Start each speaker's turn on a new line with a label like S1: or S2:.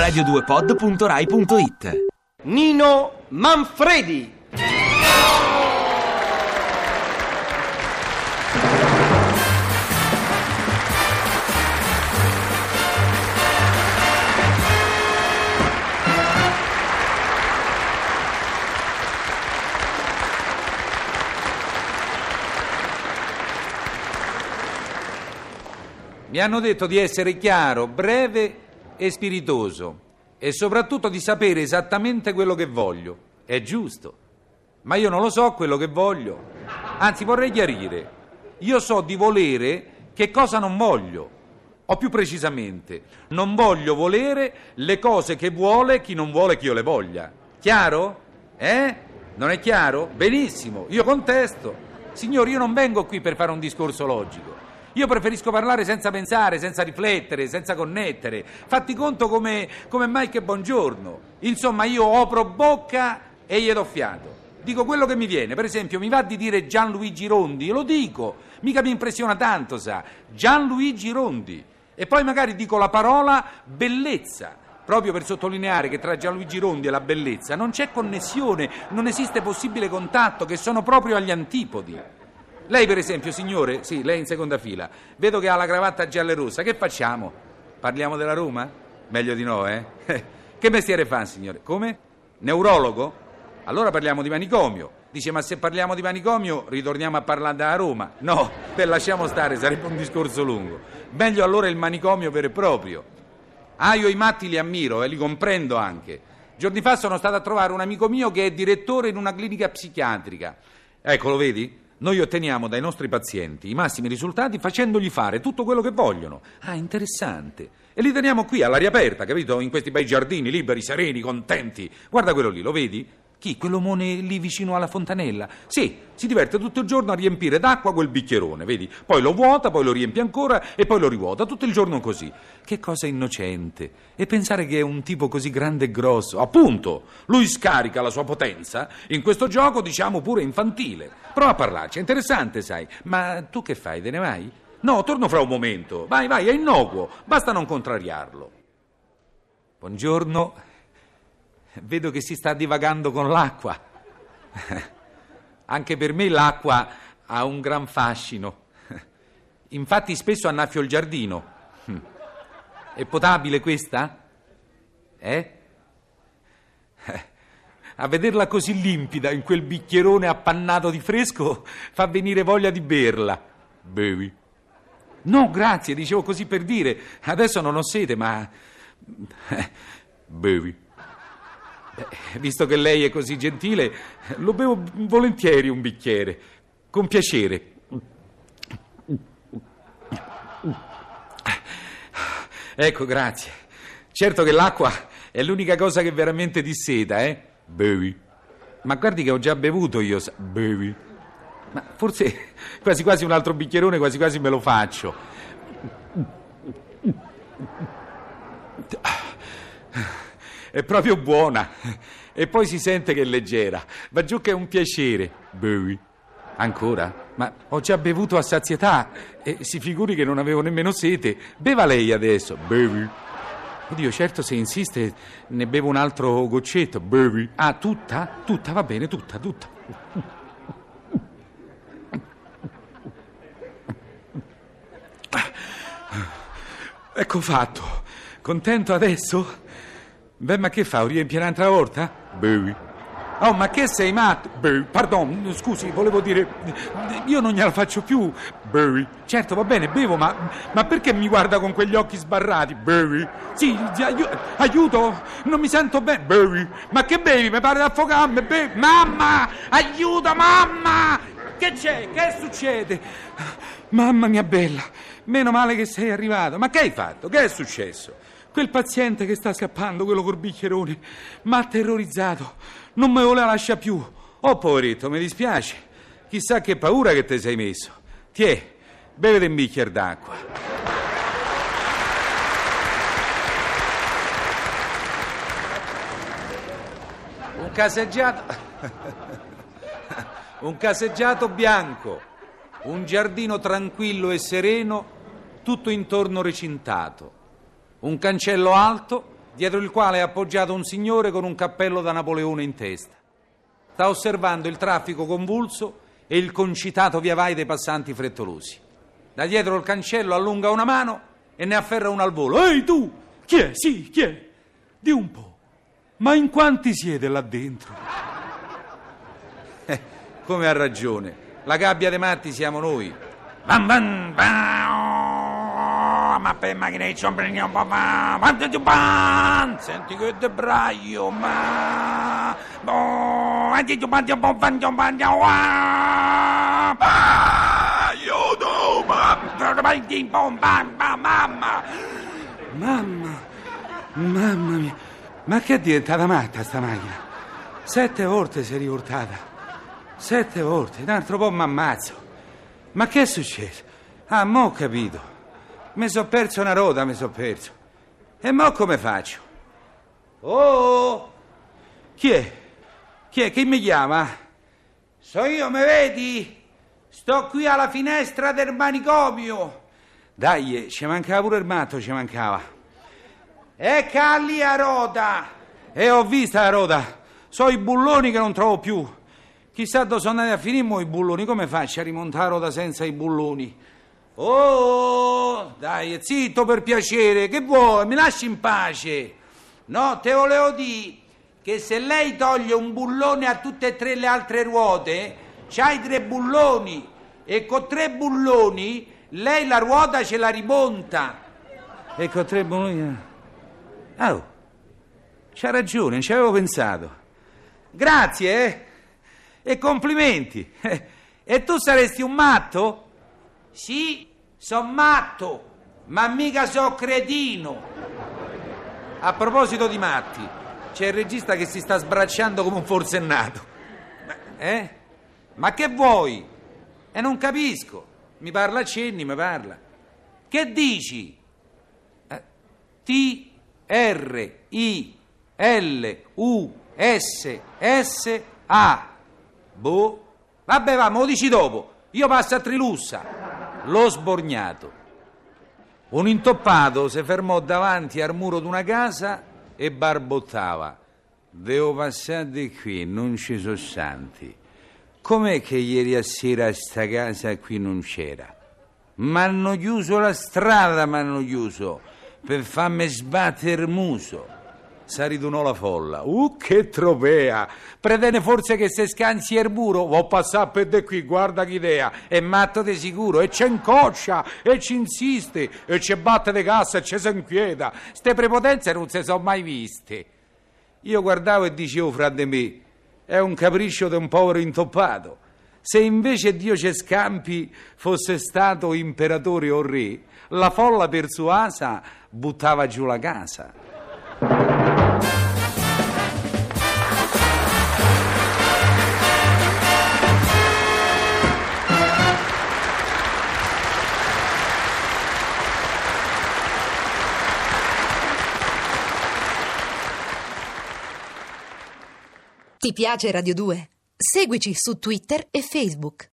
S1: radio2pod.rai.it.
S2: Nino Manfredi.
S3: Mi hanno detto di essere chiaro, breve e spiritoso e soprattutto di sapere esattamente quello che voglio. È giusto, ma io non lo so quello che voglio. Anzi, vorrei chiarire. Io so di volere che cosa non voglio. O più precisamente, non voglio volere le cose che vuole chi non vuole che io le voglia. Chiaro? Non è chiaro? Benissimo, io contesto. Signori, io non vengo qui per fare un discorso logico. Io preferisco parlare senza pensare, senza riflettere, senza connettere. Fatti conto come Mike Bongiorno. Insomma, io apro bocca e gli do fiato. Dico quello che mi viene. Per esempio, mi va di dire Gianluigi Rondi, lo dico. Mica mi impressiona tanto, sa. Gianluigi Rondi. E poi magari dico la parola bellezza, proprio per sottolineare che tra Gianluigi Rondi e la bellezza non c'è connessione, non esiste possibile contatto, che sono proprio agli antipodi. Lei, per esempio, signore, sì, lei in seconda fila, vedo che ha la cravatta gialla e rossa, che facciamo? Parliamo della Roma? Meglio di no, eh? Che mestiere fa, signore? Come? Neurologo? Allora parliamo di manicomio. Dice, ma se parliamo di manicomio ritorniamo a parlare della Roma? No, lasciamo stare, sarebbe un discorso lungo. Meglio allora il manicomio vero e proprio. Io i matti li ammiro e li comprendo anche. Giorni fa sono stato a trovare un amico mio che è direttore in una clinica psichiatrica. Ecco, lo vedi? Noi otteniamo dai nostri pazienti i massimi risultati facendogli fare tutto quello che vogliono. Interessante. E li teniamo qui all'aria aperta, capito? In questi bei giardini, liberi, sereni, contenti. Guarda quello lì, lo vedi? Chi? Quell'omone lì vicino alla fontanella? Sì, si diverte tutto il giorno a riempire d'acqua quel bicchierone, vedi? Poi lo vuota, poi lo riempie ancora e poi lo rivuota, tutto il giorno così. Che cosa innocente. E pensare che è un tipo così grande e grosso. Appunto, lui scarica la sua potenza in questo gioco, diciamo pure infantile. Prova a parlarci, è interessante, sai. Ma tu che fai, te ne vai? No, torno fra un momento. Vai, è innocuo, basta non contrariarlo. Buongiorno. Vedo che si sta divagando con l'acqua. Anche per me l'acqua ha un gran fascino. Infatti spesso annaffio il giardino. È potabile questa? A vederla così limpida in quel bicchierone appannato di fresco fa venire voglia di berla. Bevi? No, grazie, dicevo così per dire. Adesso non ho sete, ma... Bevi? Visto che lei è così gentile, lo bevo volentieri un bicchiere, con piacere. Ecco, grazie. Certo che l'acqua è l'unica cosa che veramente disseta, Bevi. Ma guardi che ho già bevuto io, bevi. Ma forse quasi quasi un altro bicchierone, quasi quasi me lo faccio. È proprio buona. E poi si sente che è leggera. Va giù che è un piacere. Bevi. Ancora? Ma ho già bevuto a sazietà. E si figuri che non avevo nemmeno sete. Beva lei adesso. Bevi. Oddio, certo, se insiste ne bevo un altro goccetto. Bevi. Tutta? Tutta, va bene, tutta. Ecco fatto. Contento adesso? Beh, ma che fa? O riempie un'altra volta? Bevi. Oh, ma che sei matto? Bevi. Pardon, scusi, volevo dire... Io non gliela faccio più. Bevi. Certo, va bene, bevo, ma perché mi guarda con quegli occhi sbarrati? Bevi. Sì, aiuto, non mi sento bene. Bevi. Ma che bevi? Mi pare di affogarmi. Bevi. Mamma! Aiuto, mamma! Che c'è? Che succede? Mamma mia bella, meno male che sei arrivato. Ma che hai fatto? Che è successo? Quel paziente che sta scappando, quello col bicchierone, m'ha terrorizzato. Non me lo lascia più. Oh, poveretto, mi dispiace. Chissà che paura che te sei messo. Tiè, bevete un bicchiere d'acqua. Un caseggiato bianco, un giardino tranquillo e sereno, tutto intorno recintato. Un cancello alto dietro il quale è appoggiato un signore con un cappello da Napoleone in testa. Sta osservando il traffico convulso e il concitato via vai dei passanti frettolosi. Da dietro il cancello allunga una mano e ne afferra una al volo.
S1: Ehi tu! Chi è? Sì, chi è? Di un po'. Ma in quanti siete là dentro?
S3: Come ha ragione. La gabbia dei matti siamo noi.
S1: Ma per magneto prendiamo papà. Senti che debraio, ma aiuto, mamma mia, ma che è diventata matta sta macchina? 7 volte si è rivoltata, 7 volte, un altro po' m'ammazzo. Ma che è successo? Ah, mo' ho capito. Mi sono perso una ruota, mi sono perso. E mo' come faccio? Oh! Chi è? Chi è? Chi mi chiama? So io, mi vedi? Sto qui alla finestra del manicomio. Dai, ci mancava pure il matto, ci mancava. Ecca lì la ruota. Ho vista la ruota. So i bulloni che non trovo più. Chissà dove sono andati a finire mo' i bulloni. Come faccio a rimontare la ruota senza i bulloni? Oh, dai, zitto per piacere. Che vuoi? Mi lasci in pace. No, te volevo dire che se lei toglie un bullone a tutte e 3 le altre ruote, c'hai 3 bulloni. E con 3 bulloni lei la ruota ce la rimonta. E con 3 bulloni... Oh, c'ha ragione, non ci avevo pensato. Grazie, e complimenti. E tu saresti un matto? Sì, son matto, ma mica so cretino. A proposito di matti, c'è il regista che si sta sbracciando come un forsennato. Ma che vuoi? Non capisco. Mi parla a cenni, mi parla. Che dici? TRILUSSA. Boh. Vabbè, va, me lo dici dopo. Io passo a Trilussa. Lo sborniato. Un intoppato si fermò davanti al muro di una casa e barbottava. Devo passare di qui, non ci sono santi. Com'è che ieri sera a sta casa qui non c'era? M'hanno chiuso la strada, per farmi sbattere il muso. S'aridunò la folla. Che tropea! Pretende forse che se scansi il muro? Vo' passare per di qui, guarda che idea! È matto di sicuro, e c'è incoccia, e ci insiste, e ci batte di cassa, e ci si inquieta. Ste prepotenze non si sono mai viste. Io guardavo e dicevo fra di me, è un capriccio di un povero intoppato. Se invece Dio ce scampi fosse stato imperatore o re, la folla persuasa buttava giù la casa.
S4: Ti piace Radio 2? Seguici su Twitter e Facebook.